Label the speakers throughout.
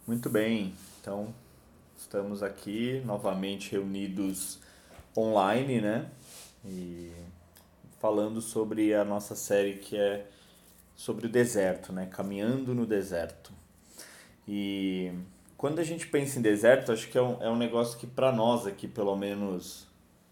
Speaker 1: Muito bem, então estamos aqui novamente reunidos online, né? E falando sobre a nossa série que é sobre o deserto, né? Caminhando no deserto. E quando a gente pensa em deserto, acho que é um negócio que para nós aqui, pelo menos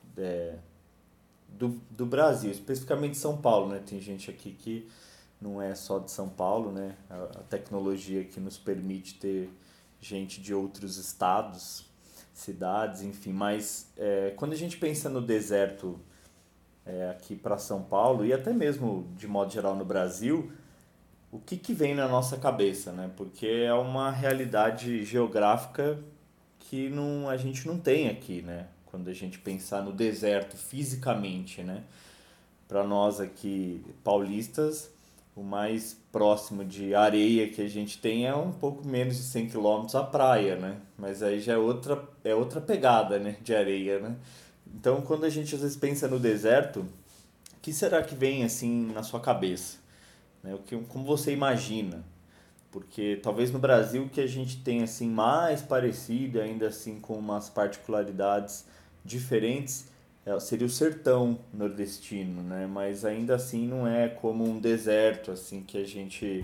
Speaker 1: do Brasil, especificamente São Paulo, né? Tem gente aqui que não é só de São Paulo, né? A tecnologia que nos permite ter gente de outros estados, cidades, enfim. Mas quando a gente pensa no deserto aqui para São Paulo e até mesmo de modo geral no Brasil, o que vem na nossa cabeça, né? Porque é uma realidade geográfica que a gente não tem aqui, né? Quando a gente pensar no deserto fisicamente, né? Para nós aqui paulistas, o mais próximo de areia que a gente tem é um pouco menos de 100 quilômetros a praia, né? Mas aí já é outra pegada, né, de areia, né? Então, quando a gente às vezes pensa no deserto, o que será que vem assim na sua cabeça? Né? Como você imagina? Porque talvez no Brasil que a gente tem assim mais parecido, ainda assim com umas particularidades diferentes, seria o sertão nordestino, né? Mas ainda assim não é como um deserto assim que a gente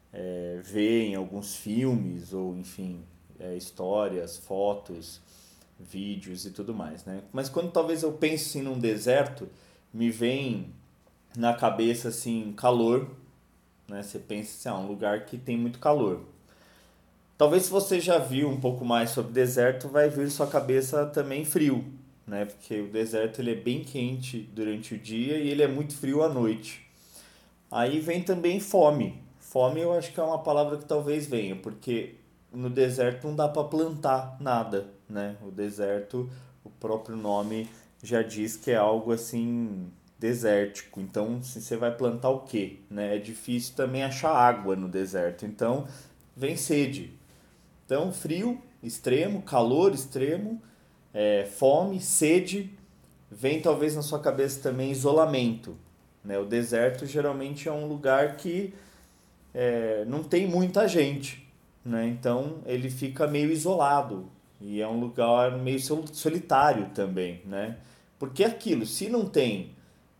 Speaker 1: vê em alguns filmes ou enfim, histórias, fotos, vídeos e tudo mais, né? Mas quando talvez eu pense assim, num deserto, me vem na cabeça assim calor, né? Você pensa assim, um lugar que tem muito calor. Talvez se você já viu um pouco mais sobre deserto, vai vir sua cabeça também frio, né? Porque o deserto ele é bem quente durante o dia e ele é muito frio à noite. Aí vem também fome. Fome eu acho que é uma palavra que talvez venha, porque no deserto não dá para plantar nada, né? O deserto, o próprio nome já diz que é algo assim desértico. Então, se você vai plantar o quê, né? É difícil também achar água no deserto. Então, vem sede. Então, frio extremo, calor extremo, fome, sede, vem talvez na sua cabeça também isolamento. Né? O deserto geralmente é um lugar que não tem muita gente, né? Então ele fica meio isolado e é um lugar meio solitário também, né? Porque é aquilo, se não tem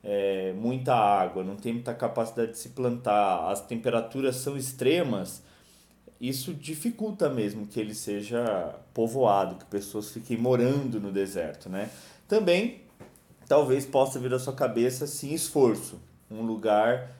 Speaker 1: muita água, não tem muita capacidade de se plantar, as temperaturas são extremas, isso dificulta mesmo que ele seja povoado, que pessoas fiquem morando no deserto, né? Também talvez possa vir à sua cabeça sim esforço, um lugar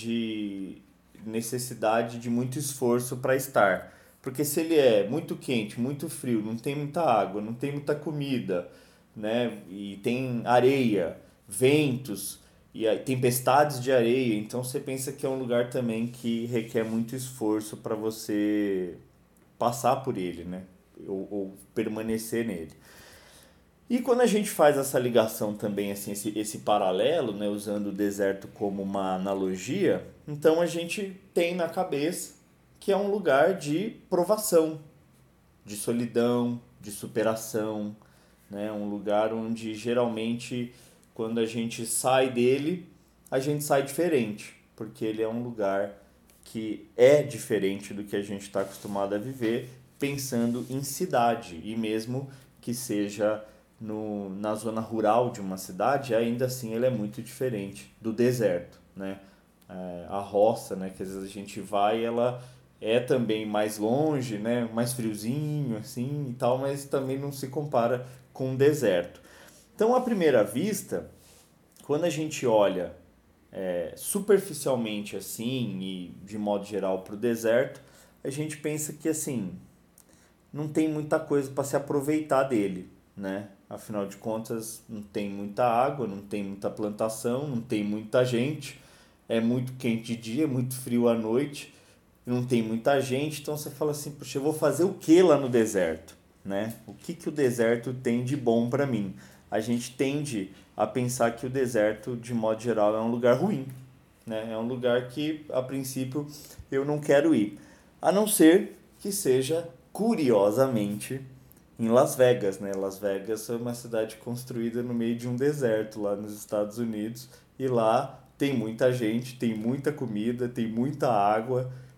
Speaker 1: de necessidade de muito esforço para estar. Porque se ele é muito quente, muito frio, não tem muita água, não tem muita comida, né? E tem areia, ventos e tempestades de areia, então você pensa que é um lugar também que requer muito esforço para você passar por ele, né? Ou permanecer nele. E quando a gente faz essa ligação também, assim, esse paralelo, né, usando o deserto como uma analogia, então a gente tem na cabeça que é um lugar de provação, de solidão, de superação, né, um lugar onde geralmente quando a gente sai dele, a gente sai diferente, porque ele é um lugar que é diferente do que a gente está acostumado a viver, pensando em cidade e mesmo que seja na zona rural de uma cidade, ainda assim ele é muito diferente do deserto, né? A roça, né, que às vezes a gente vai, ela é também mais longe, né, mais friozinho assim e tal, mas também não se compara com o deserto. Então, à primeira vista, quando a gente olha superficialmente assim e de modo geral para o deserto, a gente pensa que assim não tem muita coisa para se aproveitar dele, né? Afinal de contas, não tem muita água, não tem muita plantação, não tem muita gente, é muito quente de dia, muito frio à noite, não tem muita gente, então você fala assim, poxa, eu vou fazer o que lá no deserto, né? O que o deserto tem de bom para mim? A gente tende a pensar que o deserto, de modo geral, é um lugar ruim, né? É um lugar que, a princípio, eu não quero ir. A não ser que seja, curiosamente, em Las Vegas, né? Las Vegas é uma cidade construída no meio de um deserto lá nos Estados Unidos e lá tem muita gente, tem muita comida, tem muita água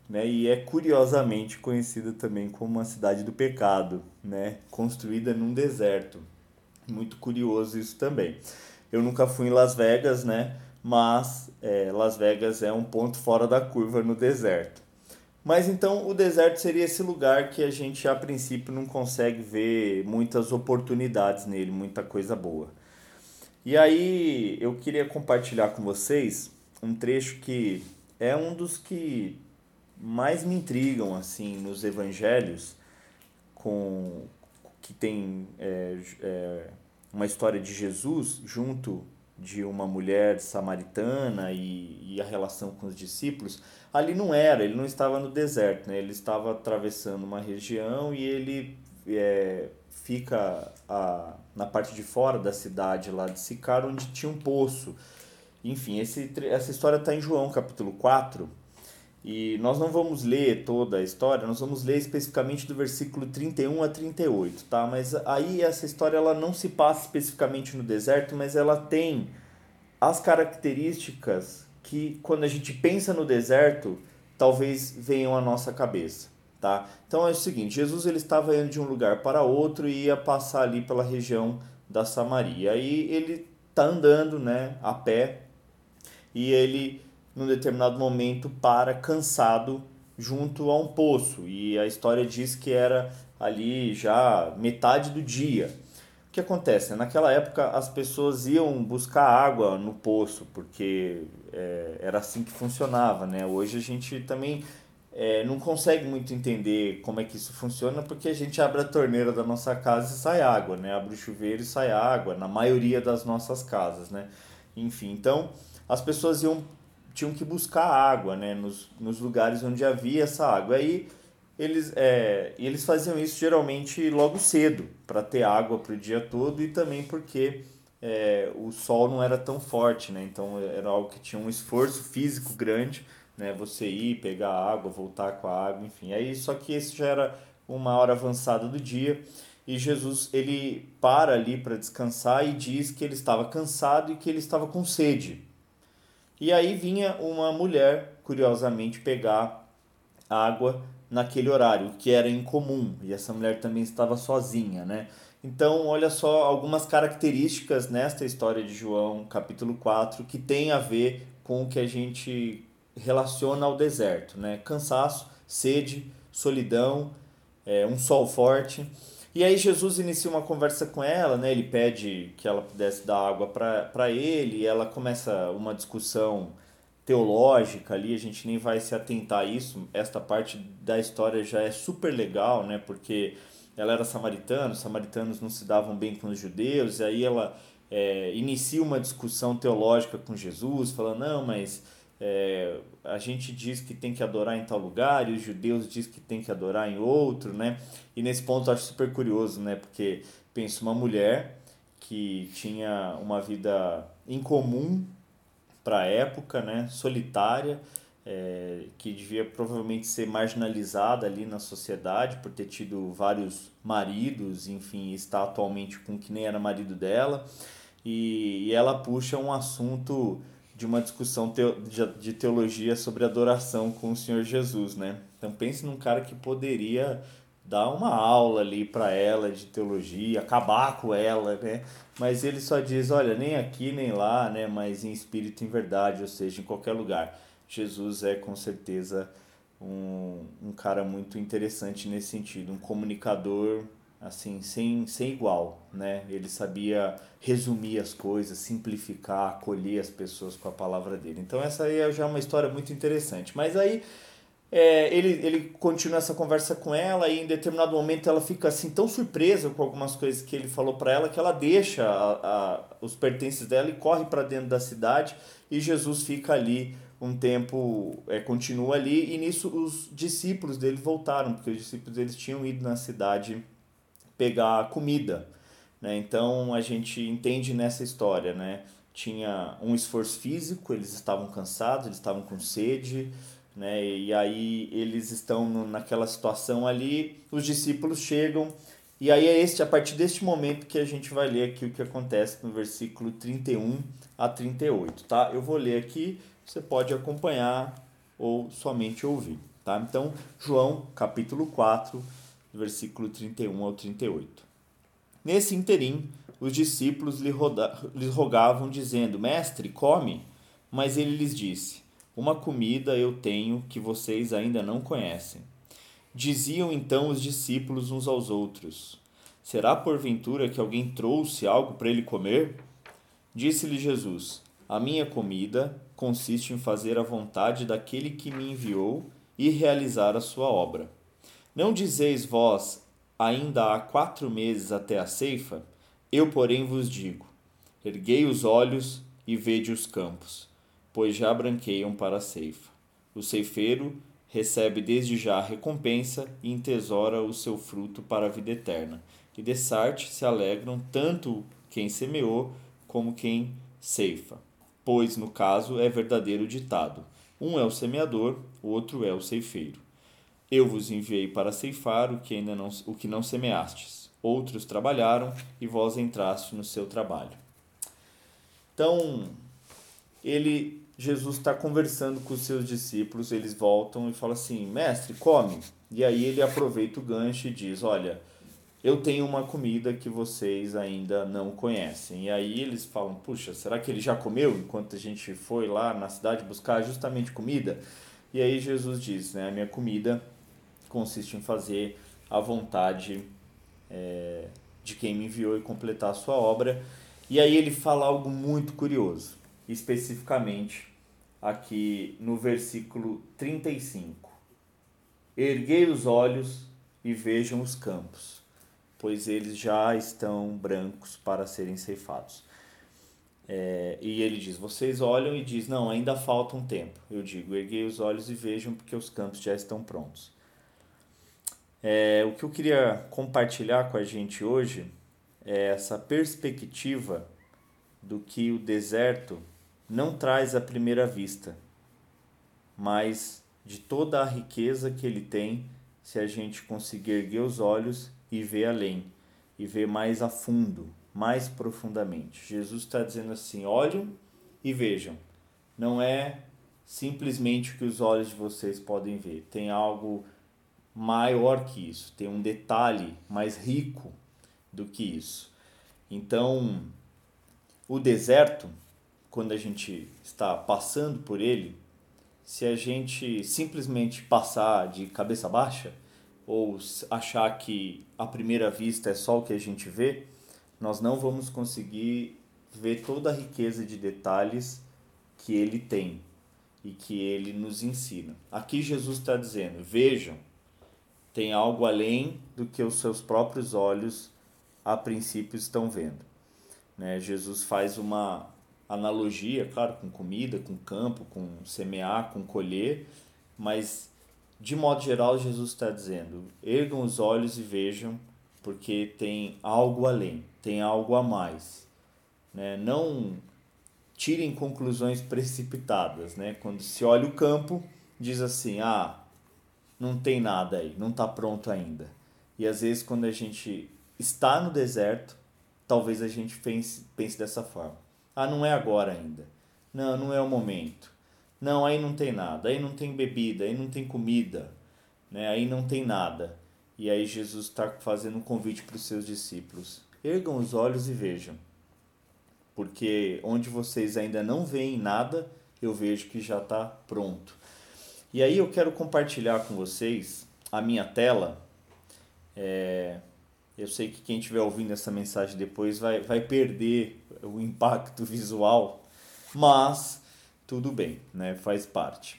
Speaker 1: né? E é curiosamente conhecida também como uma cidade do pecado, né? Construída num deserto. Muito curioso isso também. Eu nunca fui em Las Vegas, né? Mas Las Vegas é um ponto fora da curva no deserto. Mas então o deserto seria esse lugar que a gente a princípio não consegue ver muitas oportunidades nele, muita coisa boa. E aí eu queria compartilhar com vocês um trecho que é um dos que mais me intrigam assim nos evangelhos, com que tem uma história de Jesus junto de uma mulher samaritana e a relação com os discípulos. Ali não era, ele não estava no deserto, né? Ele estava atravessando uma região e ele fica na parte de fora da cidade lá de Sicar, onde tinha um poço. Enfim, essa história está em João capítulo 4. E nós não vamos ler toda a história, nós vamos ler especificamente do versículo 31 a 38, tá? Mas aí essa história ela não se passa especificamente no deserto, mas ela tem as características que quando a gente pensa no deserto, talvez venham à nossa cabeça, tá? Então é o seguinte, Jesus ele estava indo de um lugar para outro e ia passar ali pela região da Samaria. Aí ele tá andando, né, a pé, e ele, num determinado momento, para cansado junto a um poço. E a história diz que era ali já metade do dia. O que acontece? Naquela época as pessoas iam buscar água no poço, porque era assim que funcionava, né? Hoje a gente também não consegue muito entender como é que isso funciona, porque a gente abre a torneira da nossa casa e sai água, né? Abre o chuveiro e sai água, na maioria das nossas casas, né? Enfim, então as pessoas tinham que buscar água, né? Nos lugares onde havia essa água. Aí eles faziam isso geralmente logo cedo, para ter água para o dia todo e também porque o sol não era tão forte, né? Então era algo que tinha um esforço físico grande, né? Você ir, pegar a água, voltar com a água, enfim. Aí só que esse já era uma hora avançada do dia e Jesus ele para ali para descansar e diz que ele estava cansado e que ele estava com sede. E aí vinha uma mulher, curiosamente, pegar água naquele horário, que era incomum, e essa mulher também estava sozinha, né? Então, olha só algumas características nesta história de João, capítulo 4 que tem a ver com o que a gente relaciona ao deserto, né? Cansaço, sede, solidão, um sol forte. E aí Jesus inicia uma conversa com ela, né? Ele pede que ela pudesse dar água para ele, e ela começa uma discussão teológica ali, a gente nem vai se atentar a isso. Esta parte da história já é super legal, né? Porque ela era samaritana, os samaritanos não se davam bem com os judeus, e aí ela inicia uma discussão teológica com Jesus, falando, não, mas a gente diz que tem que adorar em tal lugar, e os judeus dizem que tem que adorar em outro, né? E nesse ponto eu acho super curioso, né? Porque penso uma mulher que tinha uma vida incomum para a época, né, solitária, que devia provavelmente ser marginalizada ali na sociedade por ter tido vários maridos, enfim, está atualmente com que nem era marido dela, e ela puxa um assunto de uma discussão de teologia sobre adoração com o Senhor Jesus, né? Então pense num cara que poderia dar uma aula ali para ela de teologia, acabar com ela, né? Mas ele só diz, olha, nem aqui nem lá, né? Mas em espírito e em verdade, ou seja, em qualquer lugar. Jesus é com certeza um cara muito interessante nesse sentido, um comunicador assim sem igual, né? Ele sabia resumir as coisas, simplificar, acolher as pessoas com a palavra dele. Então essa aí é já uma história muito interessante. Mas aí ele continua essa conversa com ela e em determinado momento ela fica assim tão surpresa com algumas coisas que ele falou para ela que ela deixa os pertences dela e corre para dentro da cidade e Jesus fica ali um tempo, continua ali e nisso os discípulos dele voltaram, porque os discípulos deles tinham ido na cidade pegar comida, né? Então a gente entende nessa história, né? Tinha um esforço físico, eles estavam cansados, eles estavam com sede, né? E aí eles estão naquela situação ali, os discípulos chegam e aí é a partir deste momento que a gente vai ler aqui o que acontece no versículo 31 a 38, tá? Eu vou ler aqui, você pode acompanhar ou somente ouvir. Tá? Então, João, capítulo 4, versículo 31 ao 38. Nesse interim, os discípulos lhe rogavam, dizendo: Mestre, come. Mas ele lhes disse: Uma comida eu tenho que vocês ainda não conhecem. Diziam então os discípulos uns aos outros: Será porventura que alguém trouxe algo para ele comer? Disse-lhe Jesus: A minha comida consiste em fazer a vontade daquele que me enviou e realizar a sua obra. Não dizeis vós: Ainda há 4 meses até a ceifa? Eu, porém, vos digo: Erguei os olhos e vede os campos, pois já branqueiam para a ceifa. O ceifeiro recebe desde já a recompensa e entesoura o seu fruto para a vida eterna. E de Sarte se alegram tanto quem semeou como quem ceifa. Pois, no caso, é verdadeiro ditado: um é o semeador, o outro é o ceifeiro. Eu vos enviei para ceifar o que não semeastes. Outros trabalharam e vós entraste no seu trabalho. Então, Jesus está conversando com os seus discípulos, eles voltam e falam assim: Mestre, come. E aí ele aproveita o gancho e diz: Olha, eu tenho uma comida que vocês ainda não conhecem. E aí eles falam: Puxa, será que ele já comeu enquanto a gente foi lá na cidade buscar justamente comida? E aí Jesus diz, né, a minha comida consiste em fazer a vontade de quem me enviou e completar a sua obra. E aí ele fala algo muito curioso, especificamente aqui no versículo 35. Erguei os olhos e vejam os campos, pois eles já estão brancos para serem ceifados. E ele diz, vocês olham e diz, não, ainda falta um tempo. Eu digo, erguei os olhos e vejam, porque os campos já estão prontos. O que eu queria compartilhar com a gente hoje é essa perspectiva do que o deserto não traz à primeira vista, mas de toda a riqueza que ele tem se a gente conseguir erguer os olhos e ver além, e ver mais a fundo, mais profundamente. Jesus está dizendo assim, olhem e vejam. Não é simplesmente o que os olhos de vocês podem ver. Tem algo maior que isso, tem um detalhe mais rico do que isso. Então, o deserto, quando a gente está passando por ele, se a gente simplesmente passar de cabeça baixa ou achar que à primeira vista é só o que a gente vê, nós não vamos conseguir ver toda a riqueza de detalhes que ele tem e que ele nos ensina. Aqui Jesus está dizendo, vejam, tem algo além do que os seus próprios olhos a princípio estão vendo. Né? Jesus faz uma analogia, claro, com comida, com campo, com semear, com colher, mas de modo geral Jesus está dizendo, ergam os olhos e vejam, porque tem algo além, tem algo a mais. Né? Não tirem conclusões precipitadas. Né? Quando se olha o campo, diz assim, não tem nada aí, não está pronto ainda. E às vezes quando a gente está no deserto, talvez a gente pense dessa forma. Não é agora ainda. Não é o momento. Não, aí não tem nada, aí não tem bebida, aí não tem comida, né? Aí não tem nada. E aí Jesus está fazendo um convite para os seus discípulos. Ergam os olhos e vejam. Porque onde vocês ainda não veem nada, eu vejo que já está pronto. E aí eu quero compartilhar com vocês a minha tela. Eu sei que quem estiver ouvindo essa mensagem depois vai perder o impacto visual, mas tudo bem, né? Faz parte.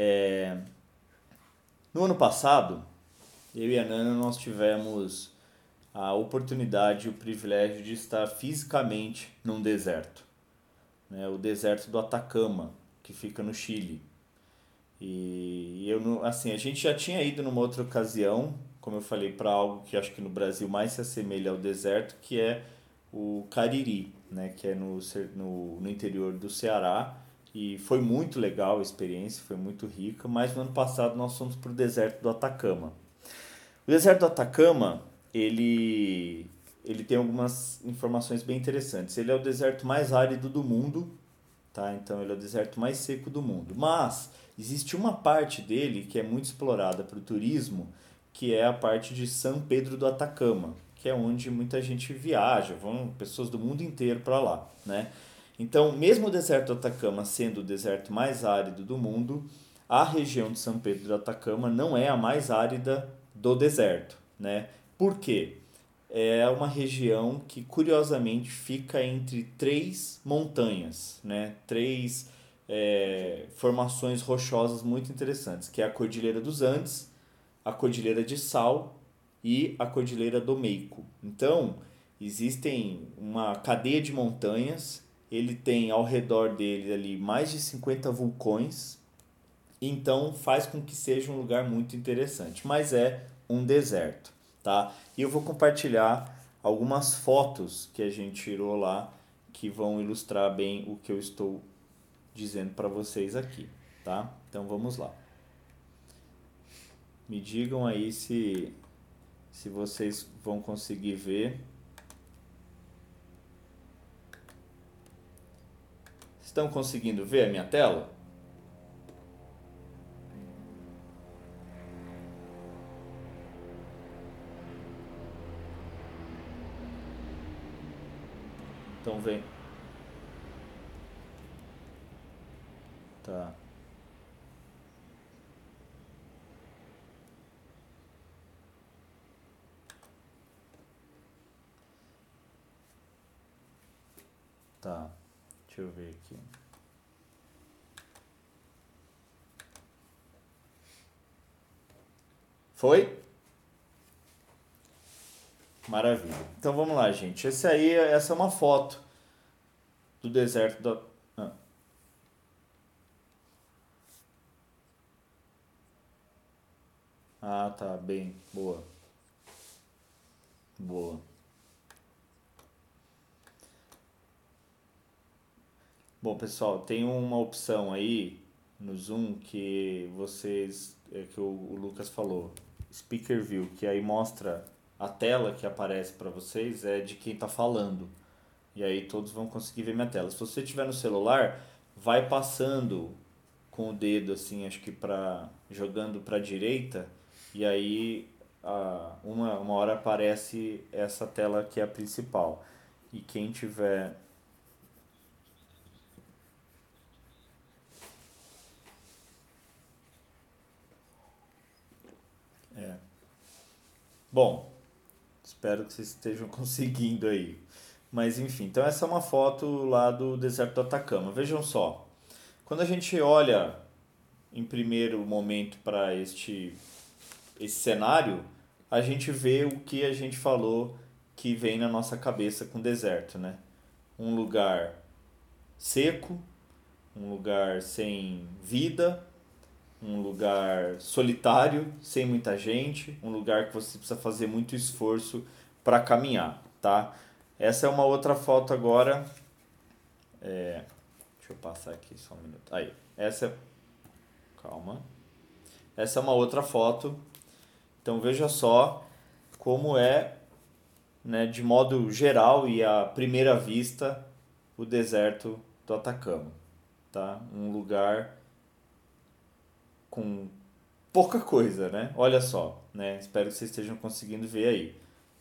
Speaker 1: No ano passado, eu e a Nana nós tivemos a oportunidade e o privilégio de estar fisicamente num deserto. Né? O deserto do Atacama, que fica no Chile. E eu assim, a gente já tinha ido numa outra ocasião, como eu falei, para algo que acho que no Brasil mais se assemelha ao deserto, que é o Cariri, né, que é no interior do Ceará. E foi muito legal a experiência, foi muito rica, mas no ano passado nós fomos para o deserto do Atacama. O deserto do Atacama, ele tem algumas informações bem interessantes. Ele é o deserto mais árido do mundo, tá? Então ele é o deserto mais seco do mundo. Mas Existe uma parte dele que é muito explorada para o turismo, que é a parte de São Pedro do Atacama, que é onde muita gente viaja, vão pessoas do mundo inteiro para lá, né? Então, mesmo o deserto do Atacama sendo o deserto mais árido do mundo, a região de São Pedro do Atacama não é a mais árida do deserto, né? Por quê? É uma região que curiosamente fica entre três montanhas, né? Três formações rochosas muito interessantes, que é a Cordilheira dos Andes, a Cordilheira de Sal e a Cordilheira do Meico. Então, existem uma cadeia de montanhas, ele tem ao redor dele ali mais de 50 vulcões, então faz com que seja um lugar muito interessante, mas é um deserto, tá? E eu vou compartilhar algumas fotos que a gente tirou lá que vão ilustrar bem o que eu estou dizendo para vocês aqui, tá? Então vamos lá. Me digam aí se vocês vão conseguir ver. Estão conseguindo ver a minha tela? Estão vendo? Tá. Tá. Deixa eu ver aqui. Foi? Maravilha. Então vamos lá, gente. Essa é uma foto do deserto do. Ah, tá, bem. Boa. Boa. Bom, pessoal, tem uma opção aí no Zoom que o Lucas falou, Speaker View, que aí mostra a tela que aparece para vocês é de quem está falando. E aí todos vão conseguir ver minha tela. Se você tiver no celular, vai passando com o dedo assim, acho que para jogando para a direita, e aí uma hora aparece essa tela que é a principal. E quem tiver. É. Bom, espero que vocês estejam conseguindo aí. Mas enfim, então essa é uma foto lá do deserto do Atacama. Vejam só, quando a gente olha em primeiro momento para esse cenário, a gente vê o que a gente falou que vem na nossa cabeça com deserto, né? Um lugar seco, um lugar sem vida, um lugar solitário, sem muita gente, um lugar que você precisa fazer muito esforço para caminhar, tá? Essa é uma outra foto agora. Deixa eu passar aqui só um minuto. Aí, calma. Essa é uma outra foto. Então veja só como é, né, de modo geral e à primeira vista, o deserto do Atacama, tá? Um lugar com pouca coisa, né? Olha só, né? Espero que vocês estejam conseguindo ver aí.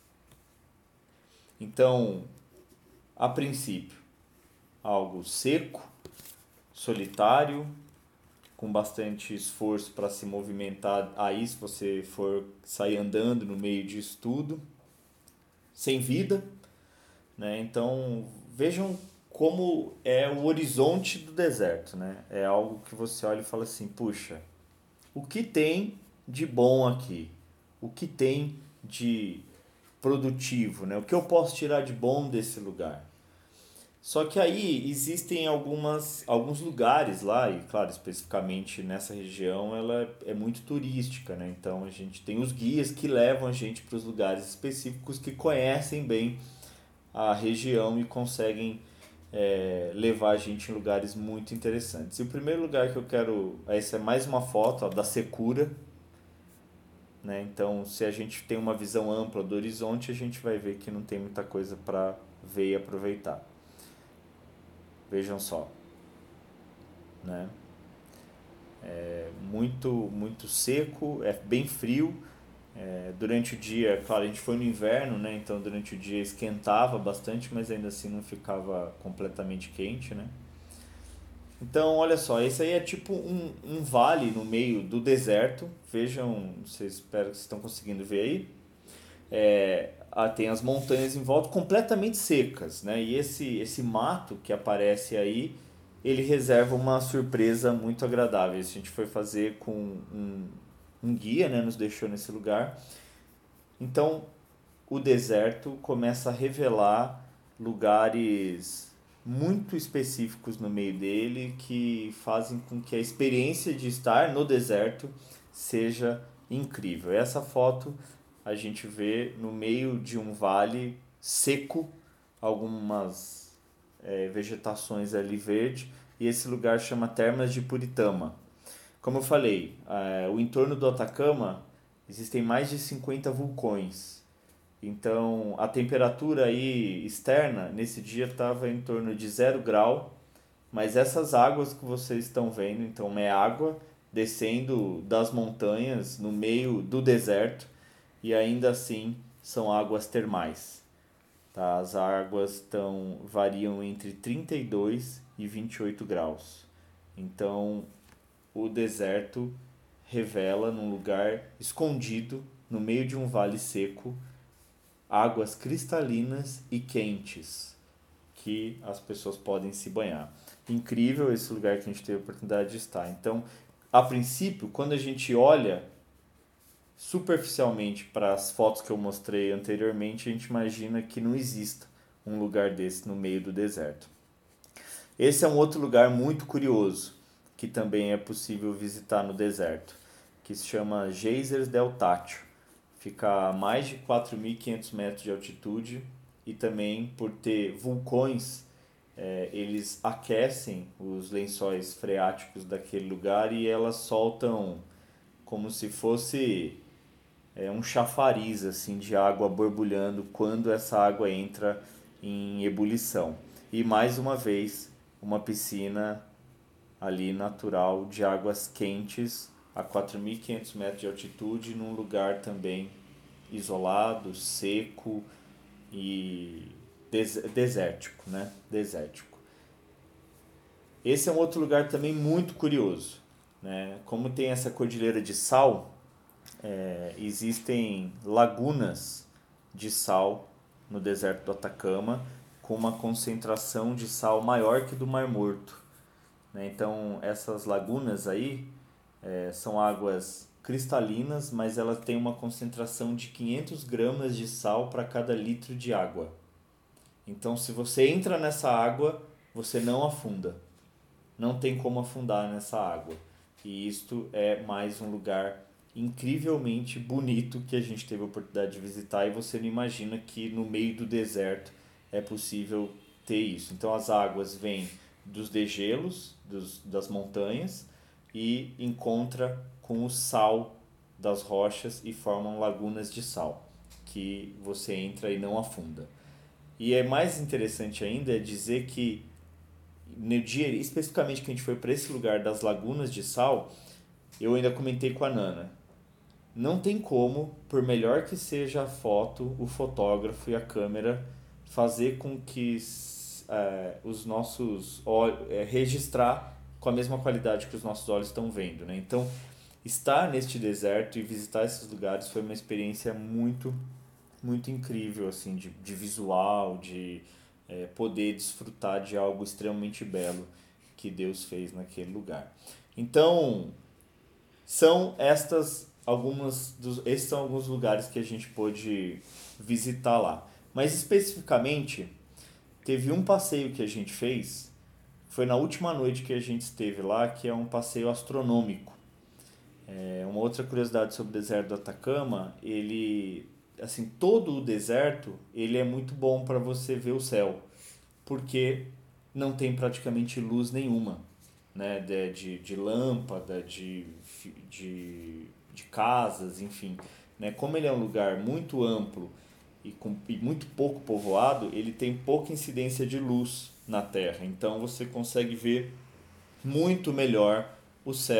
Speaker 1: Então, a princípio, algo seco, solitário, com bastante esforço para se movimentar. Aí, se você for sair andando no meio disso tudo, sem vida, né? Então, vejam como é o horizonte do deserto, né? É algo que você olha e fala assim, puxa, o que tem de bom aqui? O que tem de produtivo, né? O que eu posso tirar de bom desse lugar? Só que aí existem alguns lugares lá, e claro, especificamente nessa região, ela é muito turística, né? Então a gente tem os guias que levam a gente para os lugares específicos que conhecem bem a região e conseguem levar a gente em lugares muito interessantes. E o primeiro lugar que eu quero. Essa é mais uma foto ó, da Secura, né? Então, se a gente tem uma visão ampla do horizonte, a gente vai ver que não tem muita coisa para ver e aproveitar. Vejam só, né? muito seco, é bem frio. Durante o dia, claro, a gente foi no inverno, né? Então durante o dia esquentava bastante, mas ainda assim não ficava completamente quente, né? Então, olha só, esse aí é tipo um vale no meio do deserto. Vejam, vocês espero que vocês estão conseguindo ver aí. Tem as montanhas em volta completamente secas, né? E esse mato que aparece aí, ele reserva uma surpresa muito agradável. Isso a gente foi fazer com um guia, né? Nos deixou nesse lugar. Então, o deserto começa a revelar lugares muito específicos no meio dele que fazem com que a experiência de estar no deserto seja incrível. Essa foto a gente vê no meio de um vale seco, algumas vegetações ali verde, e esse lugar chama Termas de Puritama. Como eu falei, o entorno do Atacama existem mais de 50 vulcões. Então, a temperatura aí externa nesse dia estava em torno de 0 grau, mas essas águas que vocês estão vendo, então é água descendo das montanhas no meio do deserto e ainda assim são águas termais. Tá? As águas variam entre 32 e 28 graus. Então, o deserto revela num lugar escondido, no meio de um vale seco, águas cristalinas e quentes que as pessoas podem se banhar. Incrível esse lugar que a gente teve a oportunidade de estar. Então, a princípio, quando a gente olha superficialmente para as fotos que eu mostrei anteriormente, a gente imagina que não exista um lugar desse no meio do deserto. Esse é um outro lugar muito curioso que também é possível visitar no deserto, que se chama Geysers del Táchio. Fica a mais de 4.500 metros de altitude e também por ter vulcões, eles aquecem os lençóis freáticos daquele lugar e elas soltam como se fosse um chafariz assim de água borbulhando quando essa água entra em ebulição. E mais uma vez, uma piscina ali natural de águas quentes a 4.500 metros de altitude num lugar também isolado, seco e desértico, né? Desértico. Esse é um outro lugar também muito curioso, né? Como tem essa cordilheira de sal, existem lagunas de sal no deserto do Atacama com uma concentração de sal maior que do Mar Morto, né? Então essas lagunas aí são águas cristalinas, mas elas têm uma concentração de 500 gramas de sal para cada litro de água. Então se você entra nessa água, você não afunda. Não tem como afundar nessa água. E isto é mais um lugar incrivelmente bonito que a gente teve a oportunidade de visitar e você não imagina que no meio do deserto é possível ter isso. Então as águas vêm dos degelos, das montanhas e encontra com o sal das rochas e formam lagunas de sal que você entra e não afunda. E é mais interessante ainda é dizer que no dia especificamente que a gente foi para esse lugar das lagunas de sal, eu ainda comentei com a Nana. Não tem como, por melhor que seja a foto, o fotógrafo e a câmera, fazer com que os nossos olhos registrar com a mesma qualidade que os nossos olhos estão vendo, né? Então, estar neste deserto e visitar esses lugares foi uma experiência muito incrível, assim, de visual, de poder desfrutar de algo extremamente belo que Deus fez naquele lugar. Então, esses são alguns lugares que a gente pôde visitar lá. Mas especificamente, teve um passeio que a gente fez, foi na última noite que a gente esteve lá, que é um passeio astronômico. Uma outra curiosidade sobre o deserto do Atacama, assim, todo o deserto, ele é muito bom para você ver o céu, porque não tem praticamente luz nenhuma, né, de lâmpada, de casas, enfim. Né? Como ele é um lugar muito amplo e muito pouco povoado, ele tem pouca incidência de luz na Terra. Então você consegue ver muito melhor o céu.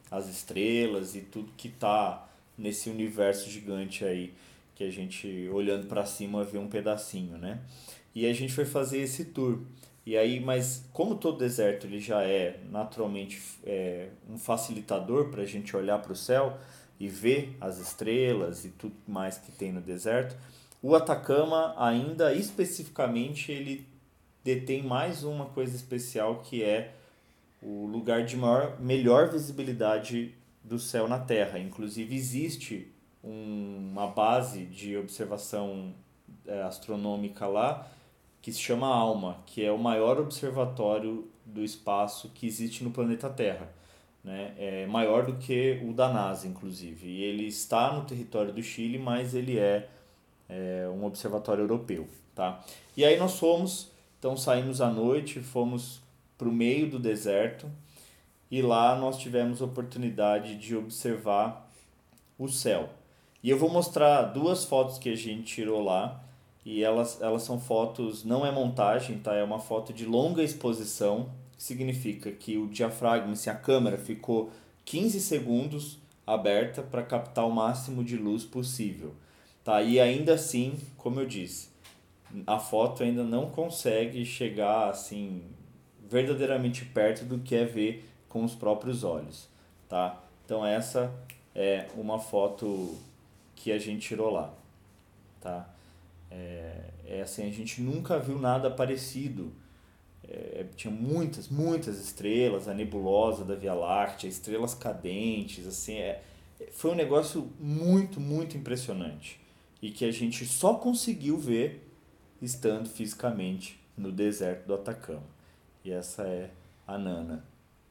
Speaker 1: as estrelas e tudo que está nesse universo gigante aí, que a gente olhando para cima vê um pedacinho, né? E a gente foi fazer esse tour. E aí, mas como todo deserto ele já é naturalmente um facilitador para a gente olhar para o céu e ver as estrelas e tudo mais que tem no deserto, o Atacama ainda especificamente ele detém mais uma coisa especial que é o lugar de melhor visibilidade do céu na Terra. Inclusive existe uma base de observação astronômica lá que se chama ALMA, que é o maior observatório do espaço que existe no planeta Terra. Né? É maior do que o da NASA, inclusive. E ele está no território do Chile, mas ele é um observatório europeu. Tá? E aí nós fomos, então saímos à noite, fomos para o meio do deserto e lá nós tivemos a oportunidade de observar o céu. E eu vou mostrar duas fotos que a gente tirou lá. E elas são fotos, não é montagem, tá? É uma foto de longa exposição, que significa que o diafragma, assim, a câmera ficou 15 segundos aberta para captar o máximo de luz possível. Tá? E ainda assim, como eu disse, a foto ainda não consegue chegar assim verdadeiramente perto do que é ver com os próprios olhos, tá? Então essa é uma foto que a gente tirou lá, tá? É assim, a gente nunca viu nada parecido. Tinha muitas estrelas, a nebulosa da Via Láctea, estrelas cadentes, assim, foi um negócio muito impressionante e que a gente só conseguiu ver estando fisicamente no deserto do Atacama. E essa é a Nana.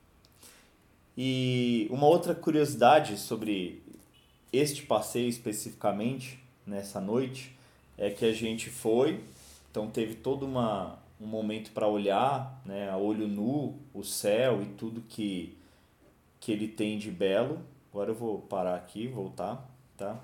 Speaker 1: E uma outra curiosidade sobre este passeio especificamente, nessa noite, é que a gente foi, então teve todo um momento para olhar, né, a olho nu, o céu e tudo que ele tem de belo. Agora eu vou parar aqui, voltar, tá?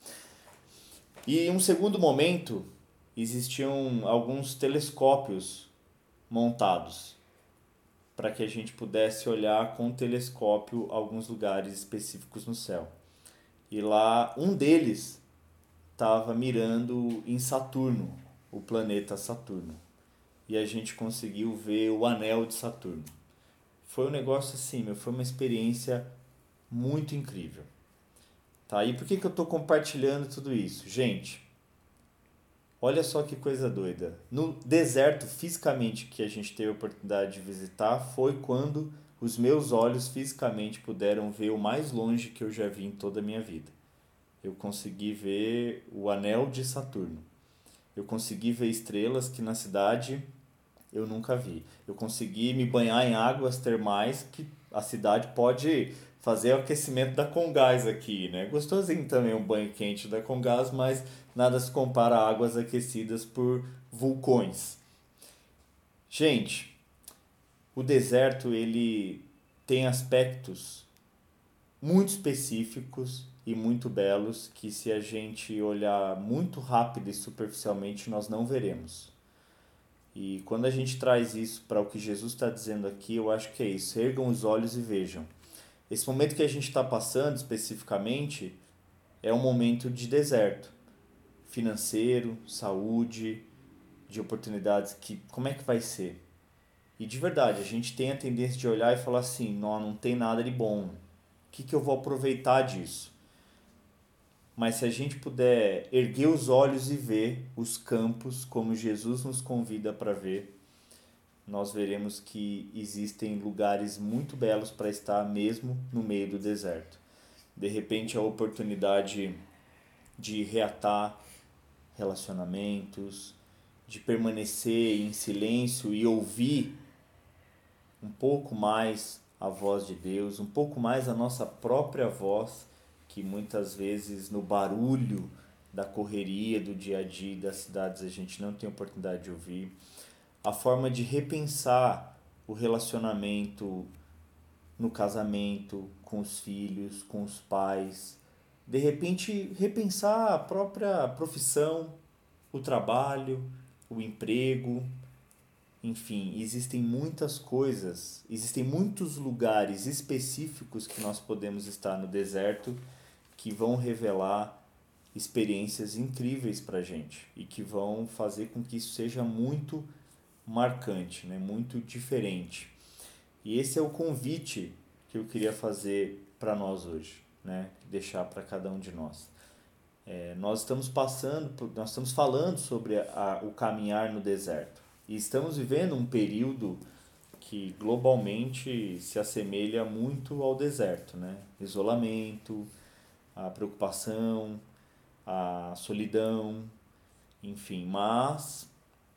Speaker 1: E em um segundo momento, existiam alguns telescópios montados para que a gente pudesse olhar com o telescópio alguns lugares específicos no céu. E lá, um deles estava mirando em Saturno, o planeta Saturno. E a gente conseguiu ver o anel de Saturno. Foi um negócio assim, foi uma experiência muito incrível. Tá? E por que eu estou compartilhando tudo isso? Gente, olha só que coisa doida. No deserto, fisicamente, que a gente teve a oportunidade de visitar, foi quando os meus olhos fisicamente puderam ver o mais longe que eu já vi em toda a minha vida. Eu consegui ver o anel de Saturno. Eu consegui ver estrelas que na cidade eu nunca vi. Eu consegui me banhar em águas termais que a cidade pode fazer o aquecimento da Comgás aqui, né? Gostosinho também um banho quente da Comgás, mas nada se compara a águas aquecidas por vulcões. Gente, o deserto ele tem aspectos muito específicos e muito belos que se a gente olhar muito rápido e superficialmente nós não veremos. E quando a gente traz isso para o que Jesus está dizendo aqui, eu acho que é isso. Ergam os olhos e vejam. Esse momento que a gente está passando especificamente é um momento de deserto financeiro, saúde, de oportunidades que como é que vai ser? E de verdade, a gente tem a tendência de olhar e falar assim, não tem nada de bom. O que eu vou aproveitar disso? Mas se a gente puder erguer os olhos e ver os campos como Jesus nos convida para ver, nós veremos que existem lugares muito belos para estar mesmo no meio do deserto. De repente, a oportunidade de reatar relacionamentos, de permanecer em silêncio e ouvir um pouco mais a voz de Deus, um pouco mais a nossa própria voz, que muitas vezes no barulho da correria do dia a dia das cidades a gente não tem oportunidade de ouvir. A forma de repensar o relacionamento no casamento, com os filhos, com os pais. De repente, repensar a própria profissão, o trabalho, o emprego, enfim, existem muitas coisas, existem muitos lugares específicos que nós podemos estar no deserto que vão revelar experiências incríveis para a gente e que vão fazer com que isso seja muito marcante, né? Muito diferente. E esse é o convite que eu queria fazer para nós hoje, né? Deixar para cada um de nós. Nós estamos falando sobre o caminhar no deserto e estamos vivendo um período que globalmente se assemelha muito ao deserto, né? Isolamento, a preocupação, a solidão, enfim. Mas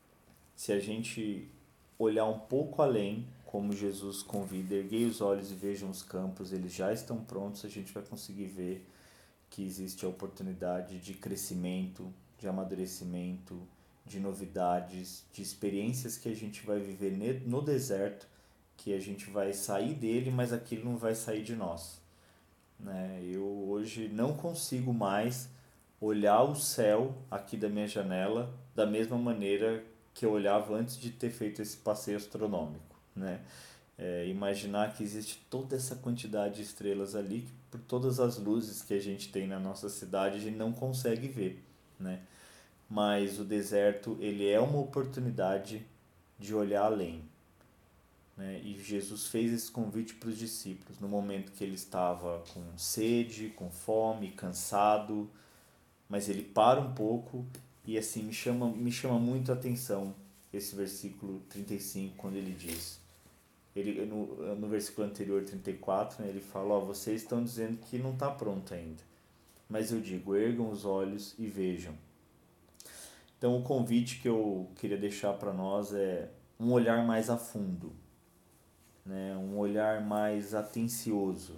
Speaker 1: se a gente olhar um pouco além, como Jesus convida, erguei os olhos e vejam os campos, eles já estão prontos, a gente vai conseguir ver que existe a oportunidade de crescimento, de amadurecimento, de novidades, de experiências que a gente vai viver no deserto, que a gente vai sair dele, mas aquilo não vai sair de nós, né? Eu hoje não consigo mais olhar o céu aqui da minha janela da mesma maneira que eu olhava antes de ter feito esse passeio astronômico, né? Imaginar que existe toda essa quantidade de estrelas ali, que por todas as luzes que a gente tem na nossa cidade, a gente não consegue ver, né? Mas o deserto, ele é uma oportunidade de olhar além, né? E Jesus fez esse convite para os discípulos no momento que ele estava com sede, com fome, cansado, mas ele para um pouco e assim me chama muito a atenção esse versículo 35 quando ele diz, ele no versículo anterior 34, né, ele fala, ó, vocês estão dizendo que não está pronto ainda, mas eu digo, ergam os olhos e vejam. Então o convite que eu queria deixar para nós é um olhar mais a fundo, né, um olhar mais atencioso,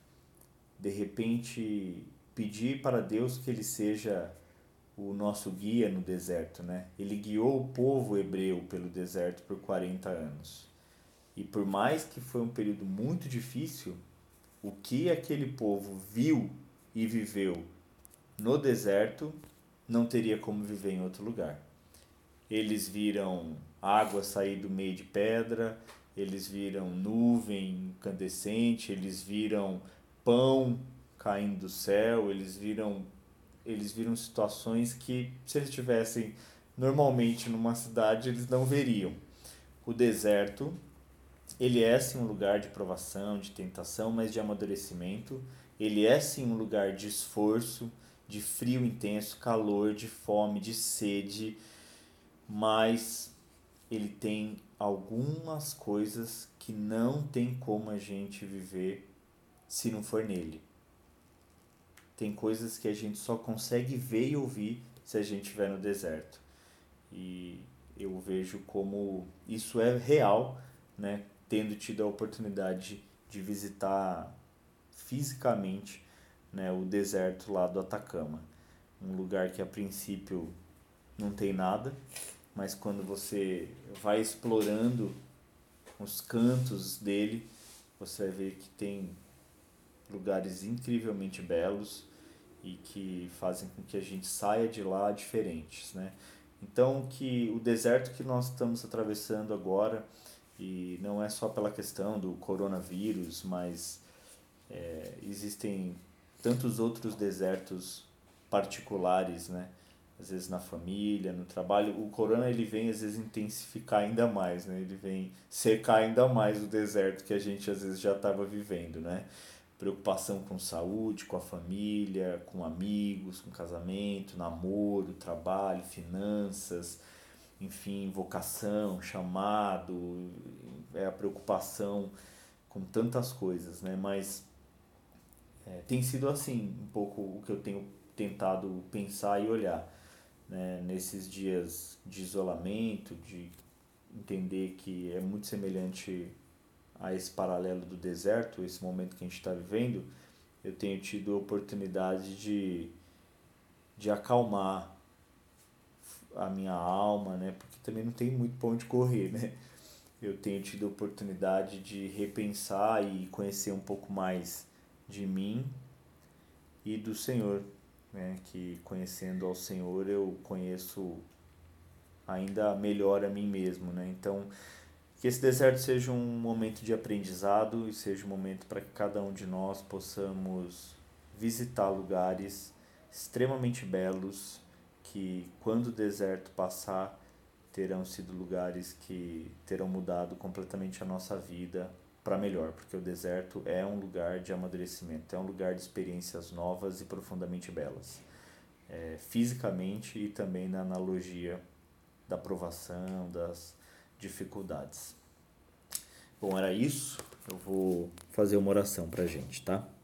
Speaker 1: de repente pedir para Deus que ele seja o nosso guia no deserto, né? Ele guiou o povo hebreu pelo deserto por 40 anos. E por mais que foi um período muito difícil, o que aquele povo viu e viveu no deserto não teria como viver em outro lugar. Eles viram água sair do meio de pedra, eles viram nuvem incandescente, eles viram pão caindo do céu, eles viram situações que, se eles estivessem normalmente numa cidade, eles não veriam. O deserto, ele é sim um lugar de provação, de tentação, mas de amadurecimento. Ele é sim um lugar de esforço, de frio intenso, calor, de fome, de sede, mas ele tem algumas coisas que não tem como a gente viver se não for nele. Tem coisas que a gente só consegue ver e ouvir se a gente estiver no deserto. E eu vejo como isso é real, né? Tendo tido a oportunidade de visitar fisicamente, né, o deserto lá do Atacama. Um lugar que a princípio não tem nada, mas quando você vai explorando os cantos dele, você vai ver que tem lugares incrivelmente belos e que fazem com que a gente saia de lá diferentes, né? Então, que o deserto que nós estamos atravessando agora, e não é só pela questão do coronavírus, mas existem tantos outros desertos particulares, né? Às vezes na família, no trabalho. O corona ele vem às vezes intensificar ainda mais, né? Ele vem secar ainda mais o deserto que a gente às vezes já estava vivendo, né? Preocupação com saúde, com a família, com amigos, com casamento, namoro, trabalho, finanças, enfim, vocação, chamado, a preocupação com tantas coisas, né? Mas tem sido assim um pouco o que eu tenho tentado pensar e olhar, né? Nesses dias de isolamento, de entender que é muito semelhante a esse paralelo do deserto, esse momento que a gente está vivendo, eu tenho tido a oportunidade de acalmar a minha alma, né? Porque também não tem muito pra onde correr, né? Eu tenho tido a oportunidade de repensar e conhecer um pouco mais de mim e do Senhor, né? Que conhecendo ao Senhor eu conheço ainda melhor a mim mesmo, né? Então, que esse deserto seja um momento de aprendizado e seja um momento para que cada um de nós possamos visitar lugares extremamente belos que, quando o deserto passar, terão sido lugares que terão mudado completamente a nossa vida para melhor, porque o deserto é um lugar de amadurecimento, é um lugar de experiências novas e profundamente belas, fisicamente e também na analogia da provação, das dificuldades. Bom, era isso. Eu vou fazer uma oração pra gente, tá?